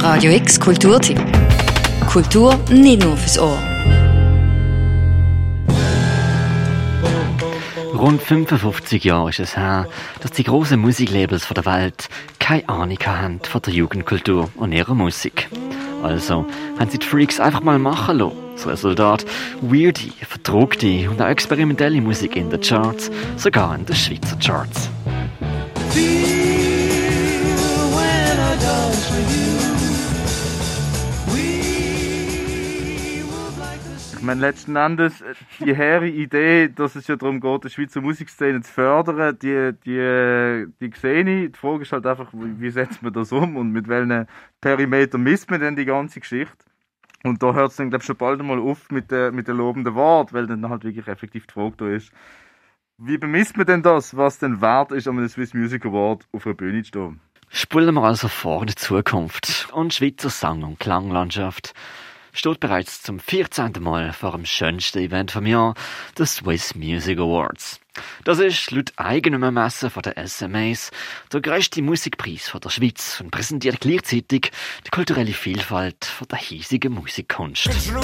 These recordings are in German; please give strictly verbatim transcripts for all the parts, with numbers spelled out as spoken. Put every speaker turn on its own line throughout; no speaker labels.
Radio X Kulturtipp. Kultur nicht nur fürs Ohr.
Rund fünfundfünfzig Jahre ist es her, dass die grossen Musiklabels der Welt keine Ahnung haben von der Jugendkultur und ihrer Musik. Also haben sie die Freaks einfach mal machen lassen. Das Resultat: weirde, verdruckte und auch experimentelle Musik in den Charts, sogar in den Schweizer Charts.
Ich meine, letzten Endes, die hehre Idee, dass es ja darum geht, die Schweizer Musikszene zu fördern, die, die, die sehe ich. Die Frage ist halt einfach, wie setzt man das um und mit welchen Perimeter misst man denn die ganze Geschichte? Und da hört es dann, glaube ich, schon bald einmal auf mit der, mit der lobenden Wort, weil dann halt wirklich effektiv die Frage da ist, wie bemisst man denn das, was denn wert ist, um einen Swiss Music Award auf einer Bühne zu stehen?
Spulen wir also vor in die Zukunft. Und Schweizer Sang- und Klanglandschaft steht bereits zum vierzehnten Mal vor dem schönsten Event vom Jahr, den Swiss Music Awards. Das ist laut eigenem Ermessen von der S M As der grösste Musikpreis von der Schweiz und präsentiert gleichzeitig die kulturelle Vielfalt von der hiesigen Musikkunst.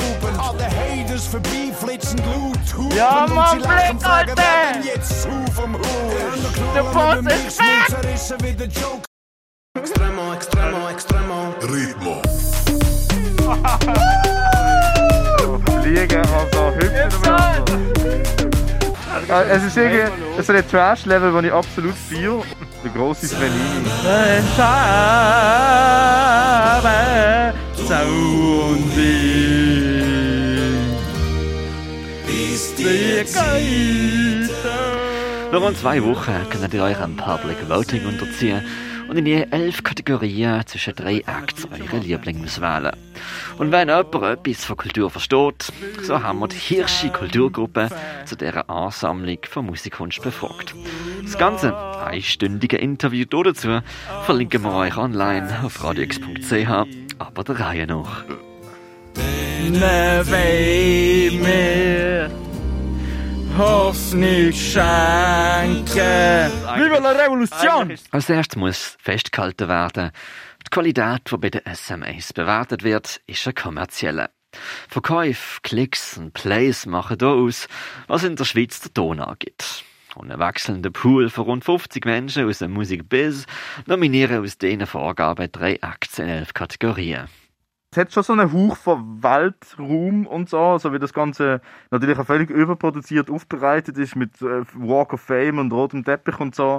Ja, Mann, Blick, Alter! Der Boss ist weg!
Extremo, extremo, extremo. Ritmo.
Fliegen, also hüpfen. Es ist irgendwie so ein Trash-Level, das ich absolut feiere. Der grosse Svenini. Schade, Sound ist die Geiter.
Noch rund zwei Wochen könnt ihr euch am Public Voting unterziehen und in je elf Kategorien zwischen drei Acts eure Lieblinge wählen. Und wenn jemand etwas von Kultur versteht, so haben wir die Hirschi Kulturgruppe zu dieser Ansammlung von Musikkunst befragt. Das ganze einstündige Interview dazu verlinken wir euch online auf radio x punkt c h, aber der Reihe nach.
Ne weh mehr Hoffnung schenken. Viva la Revolution!
Als erstes muss festgehalten werden, die Qualität, die bei den S M As bewertet wird, ist eine kommerzielle. Verkäufe, Klicks und Plays machen hier aus, was in der Schweiz der Ton angeht. Und ein wechselnder Pool von rund fünfzig Menschen aus dem Musikbiz nominieren aus diesen Vorgaben drei Acts in elf Kategorien.
Es hat schon so einen Hauch von Weltraum und so, so wie das Ganze natürlich auch völlig überproduziert aufbereitet ist mit äh, Walk of Fame und rotem Teppich und so.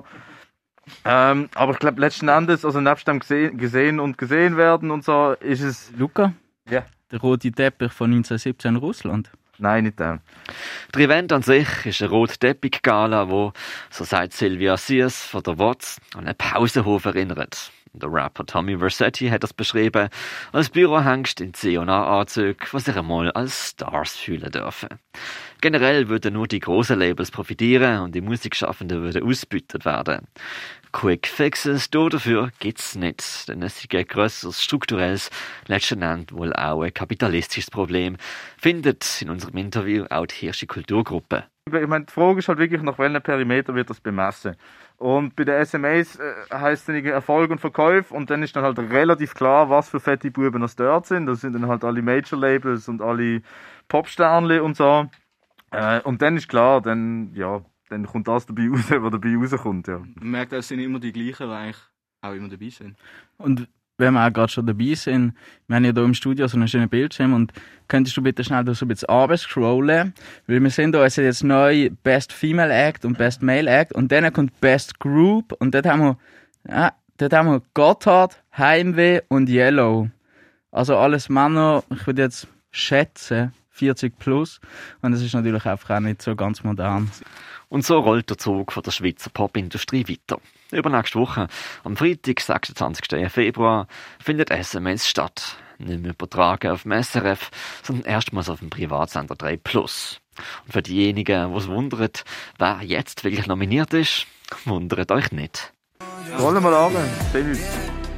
Ähm, aber ich glaube letzten Endes, also nebst dem gesehen, gesehen und gesehen werden und so, ist es...
Luca?
Ja.
Der rote Teppich von neunzehnhundertsiebzehn in Russland?
Nein, nicht der.
Der Event an sich ist eine rote Teppich-Gala, wo, so sagt Sylvia Sears von der Watts, an einen Pausenhof erinnert. Der Rapper Tommy Vercetti hat das beschrieben als Bürohengst in C und A-Anzügen, die sich einmal als Stars fühlen dürfen. Generell würden nur die grossen Labels profitieren und die Musikschaffenden würden ausgebeutet werden. Quick Fixes dafür gibt's nicht, denn es ist ein grösseres strukturelles, letzten Endes wohl auch ein kapitalistisches Problem, findet in unserem Interview auch die Hirschi Kulturgruppe.
Ich meine, die Frage ist halt wirklich, nach welchem Perimeter wird das bemessen. Und bei den S M As äh, heisst dann Erfolg und Verkauf und dann ist dann halt relativ klar, was für fette Buben das dort sind. Das sind dann halt alle Major-Labels und alle Popsternchen und so. Äh, und dann ist klar, dann, ja, dann kommt das dabei raus, was dabei rauskommt. Ja.
Man merkt, es sind immer die gleichen, die eigentlich auch immer dabei sind.
Und wenn wir auch gerade schon dabei sind, wir haben ja hier im Studio so einen schönen Bildschirm und könntest du bitte schnell so ein bisschen runter scrollen, weil wir sehen da, es ist jetzt neu Best Female Act und Best Male Act und dann kommt Best Group und dort haben wir, ja, dort haben wir Gotthard, Heimweh und Yellow. Also alles Männer, ich würde jetzt schätzen, vierzig plus und das ist natürlich einfach auch nicht so ganz modern.
Und so rollt der Zug von der Schweizer Popindustrie weiter. Übernächste Woche, am Freitag, sechsundzwanzigsten Februar, findet S M S statt. Nicht mehr übertragen auf dem S R F, sondern erstmals auf dem Privatsender drei plus. Und für diejenigen, die es wundern, wer jetzt wirklich nominiert ist, wundert euch nicht.
Rollen wir an, sehen uns.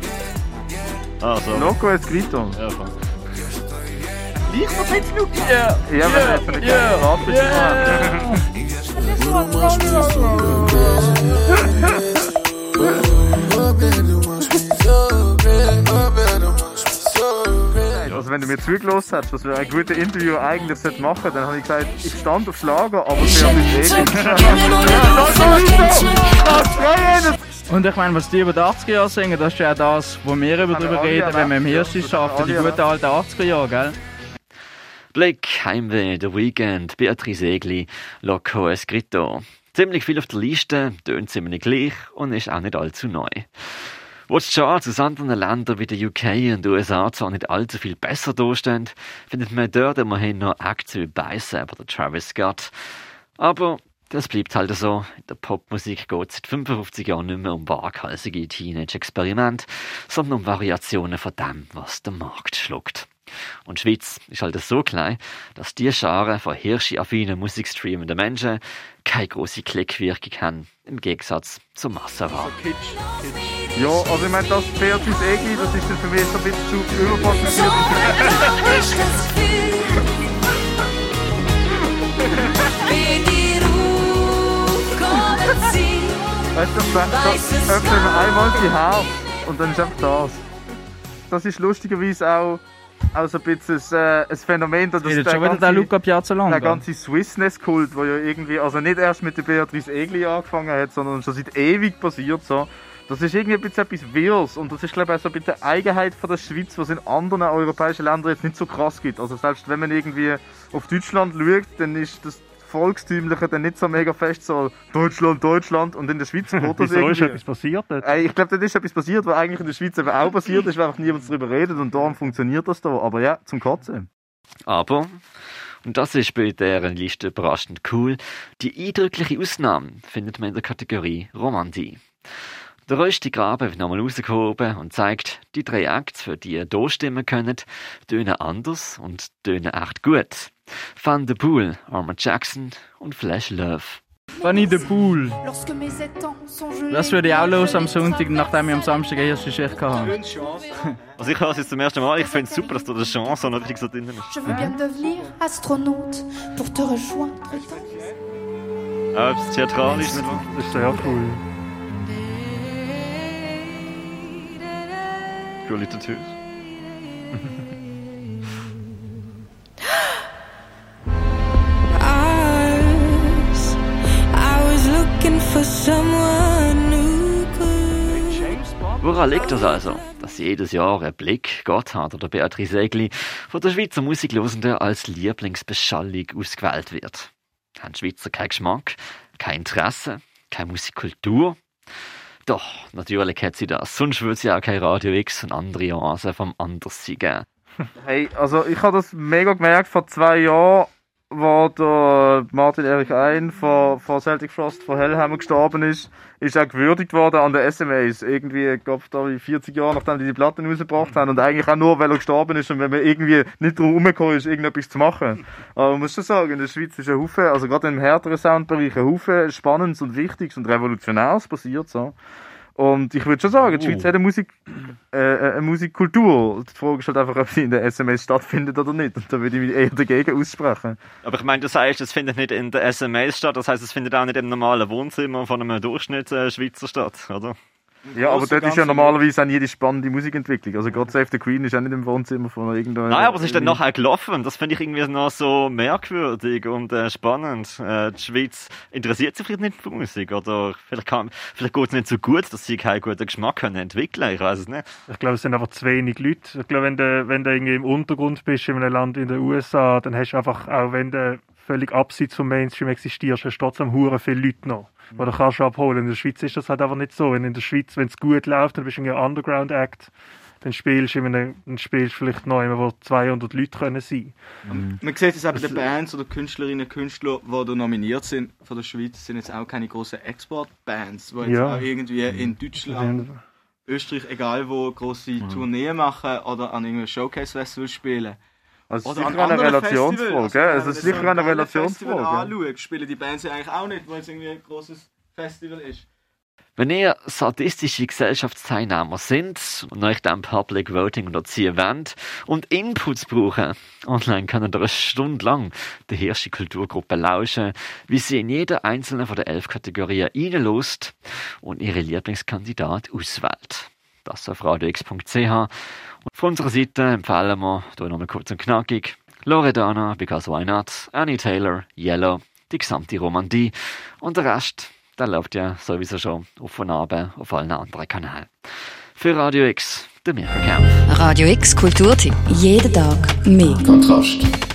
Also.
Loco escrito.
Ja, voll.
Liegt noch ein bisschen Luca? Ja, ja, wenn wir jetzt eine Karte wenn du mir zugelassen hättest, dass wir ein gutes Interview eigentlich machen sollten, dann habe ich gesagt, ich stand auf Schlager, aber es wäre nicht reden.
Und ich meine, was die über die achtziger Jahre singen, das ist ja auch das, wo wir über darüber reden, wenn wir im Hirsch schaffen, die guten alten achtziger Jahre, gell?
Blick, Heimweh, The Weeknd, Beatrice Egli, Loco Escrito. Ziemlich viel auf der Liste, tönt ziemlich gleich und ist auch nicht allzu neu. Wo die Charts aus anderen Ländern wie der U K und den U S A zwar nicht allzu viel besser dastehen, findet man dort immerhin noch Acts wie Bicep oder Travis Scott. Aber das bleibt halt so. In der Popmusik geht es seit fünfundfünfzig Jahren nicht mehr um waghalsige Teenage-Experimente, sondern um Variationen von dem, was der Markt schluckt. Und die Schweiz ist halt so klein, dass die Scharen von hirschi-affinen musikstreamenden Menschen keine grosse Klickwirkung haben, im Gegensatz zur Massenware.
Ja, also ich meine, das Beatrice Egli, das ist dann für mich so ein bisschen zu überpassagiert. Weißt du, da öffnen wir einmal die Herz und dann ist einfach das. Das ist lustigerweise auch, auch so ein bisschen ein, ein Phänomen, dass
der
der
ganze, der Luca Piazzalonga.
Der ganze Swissness-Kult, der ja irgendwie, also nicht erst mit der Beatrice Egli angefangen hat, sondern schon seit ewig passiert so. Das ist irgendwie ein bisschen etwas Wirres und das ist, glaube ich, auch so ein bisschen eine Eigenheit von der Schweiz, was es in anderen europäischen Ländern jetzt nicht so krass gibt. Also selbst wenn man irgendwie auf Deutschland schaut, dann ist das Volkstümliche dann nicht so mega fest so Deutschland, Deutschland und in der Schweiz geht das
Wieso
irgendwie.
ist etwas passiert dort?
Äh, ich glaube, da ist etwas passiert, was eigentlich in der Schweiz eben auch passiert ist, weil einfach niemand darüber redet und darum funktioniert das da. Aber ja, zum Kotzen.
Aber, und das ist bei deren Liste überraschend cool, die eindrückliche Ausnahme findet man in der Kategorie Romandie. Der Rösti Graben wird nochmal rausgehoben und zeigt, die drei Acts, für die ihr hier stimmen könnt, tönen anders und tönen echt gut. Van de Poel, Armor Jackson und Flash Love.
Fanny de Poel. Das würde ich auch los am Sonntag, nachdem ich am Samstag eine erste Schicht hatte.
Also ich höre es jetzt zum ersten Mal, ich finde es super, dass da der Chance noch richtig so drin ist.
Je veux bien devenir astronaute pour te rejoindre.
Ah, ob es theatralisch nicht wahr?
Das ist sehr cool.
Coole Tattoos. Woran liegt das also, dass jedes Jahr ein Blick, Gotthard oder Beatrice Egli von der Schweizer Musiklosenden als Lieblingsbeschallung ausgewählt wird? Haben die Schweizer keinen Geschmack, kein Interesse, keine Musikkultur? Doch, natürlich hat sie das, sonst würde sie auch kein Radio X und andere Oasen vom Anderssein geben.
Hey, also ich habe das mega gemerkt vor zwei Jahren, wo der Martin Erich Ein von, von Celtic Frost von Hellhammer gestorben ist, ist er gewürdigt worden an den S M As. Irgendwie, glaub da wie vierzig Jahre, nachdem die die Platten rausgebracht haben. Und eigentlich auch nur, weil er gestorben ist und wenn man irgendwie nicht drum herumgekommen ist, irgendetwas zu machen. Aber man muss schon sagen, in der Schweiz ist ein Haufen, also gerade im härteren Soundbereich, ein Haufen Spannendes und Wichtiges und Revolutionäres passiert so. Und ich würde schon sagen, die Schweiz hat eine, Musik, äh, eine Musikkultur. Die Frage ist halt einfach, ob sie in der S M S stattfindet oder nicht. Und da würde ich mich eher dagegen aussprechen.
Aber ich meine, du sagst, es findet nicht in der S M S statt, das heisst, es findet auch nicht im normalen Wohnzimmer von einem Durchschnittsschweizer statt, oder?
Ja, aber dort ist ja normalerweise auch nie die spannende Musikentwicklung. Also God Save the Queen ist auch nicht im Wohnzimmer von irgendeiner...
Nein, aber es ist dann nachher gelaufen. Das finde ich irgendwie noch so merkwürdig und äh, spannend. Äh, die Schweiz interessiert sich vielleicht nicht für Musik. Oder vielleicht, kann, vielleicht geht es nicht so gut, dass sie keinen guten Geschmack können entwickeln. Ich weiß es nicht.
Ich glaube, es sind einfach zu wenig Leute. Ich glaube, wenn du, wenn du irgendwie im Untergrund bist, in einem Land in den U S A, dann hast du einfach, auch wenn du völlig abseits vom Mainstream existierst, hast du trotzdem hure viele Leute noch, die du kannst abholen. In der Schweiz ist das halt einfach nicht so. Wenn in der Schweiz, wenn es gut läuft, dann bist du ein Underground-Act, dann spielst du einem, dann spielst du vielleicht noch immer, wo zweihundert Leute können sein.
Mhm. Man sieht es auch bei den Bands oder Künstlerinnen und Künstlern, die da nominiert sind von der Schweiz, sind jetzt auch keine grossen Export-Bands, die jetzt
Ja.
auch irgendwie in Deutschland, Österreich, egal wo, grosse mhm. Tourneen machen oder an irgendeinem Showcase-Festival spielen.
Also es
Oder
ist sicher eine Relationsfrage, gell?
Also
Es ist sicher eine Relationsfrage.
anschaust, spielen die Bands ja eigentlich auch nicht, weil es irgendwie ein grosses Festival ist.
Wenn ihr sadistische Gesellschaftsteilnehmer sind und euch dann Public Voting unterziehen wollt und Inputs brauchen, online könnt ihr eine Stunde lang der Hirschi Kulturgruppe lauschen, wie sie in jeder einzelnen von den elf Kategorien reinlässt und ihre Lieblingskandidat auswählt. das auf radio x punkt c h. Und von unserer Seite empfehlen wir, hier nochmal kurz und knackig, Loredana, Because Why Not, Annie Taylor, Yellow, die gesamte Romandie und der Rest, der läuft ja sowieso schon auf und ab auf allen anderen Kanälen. Für Radio X, der Mirko Kempf.
Radio X Kulturtipp. Jeden Tag mehr.
Kontrast.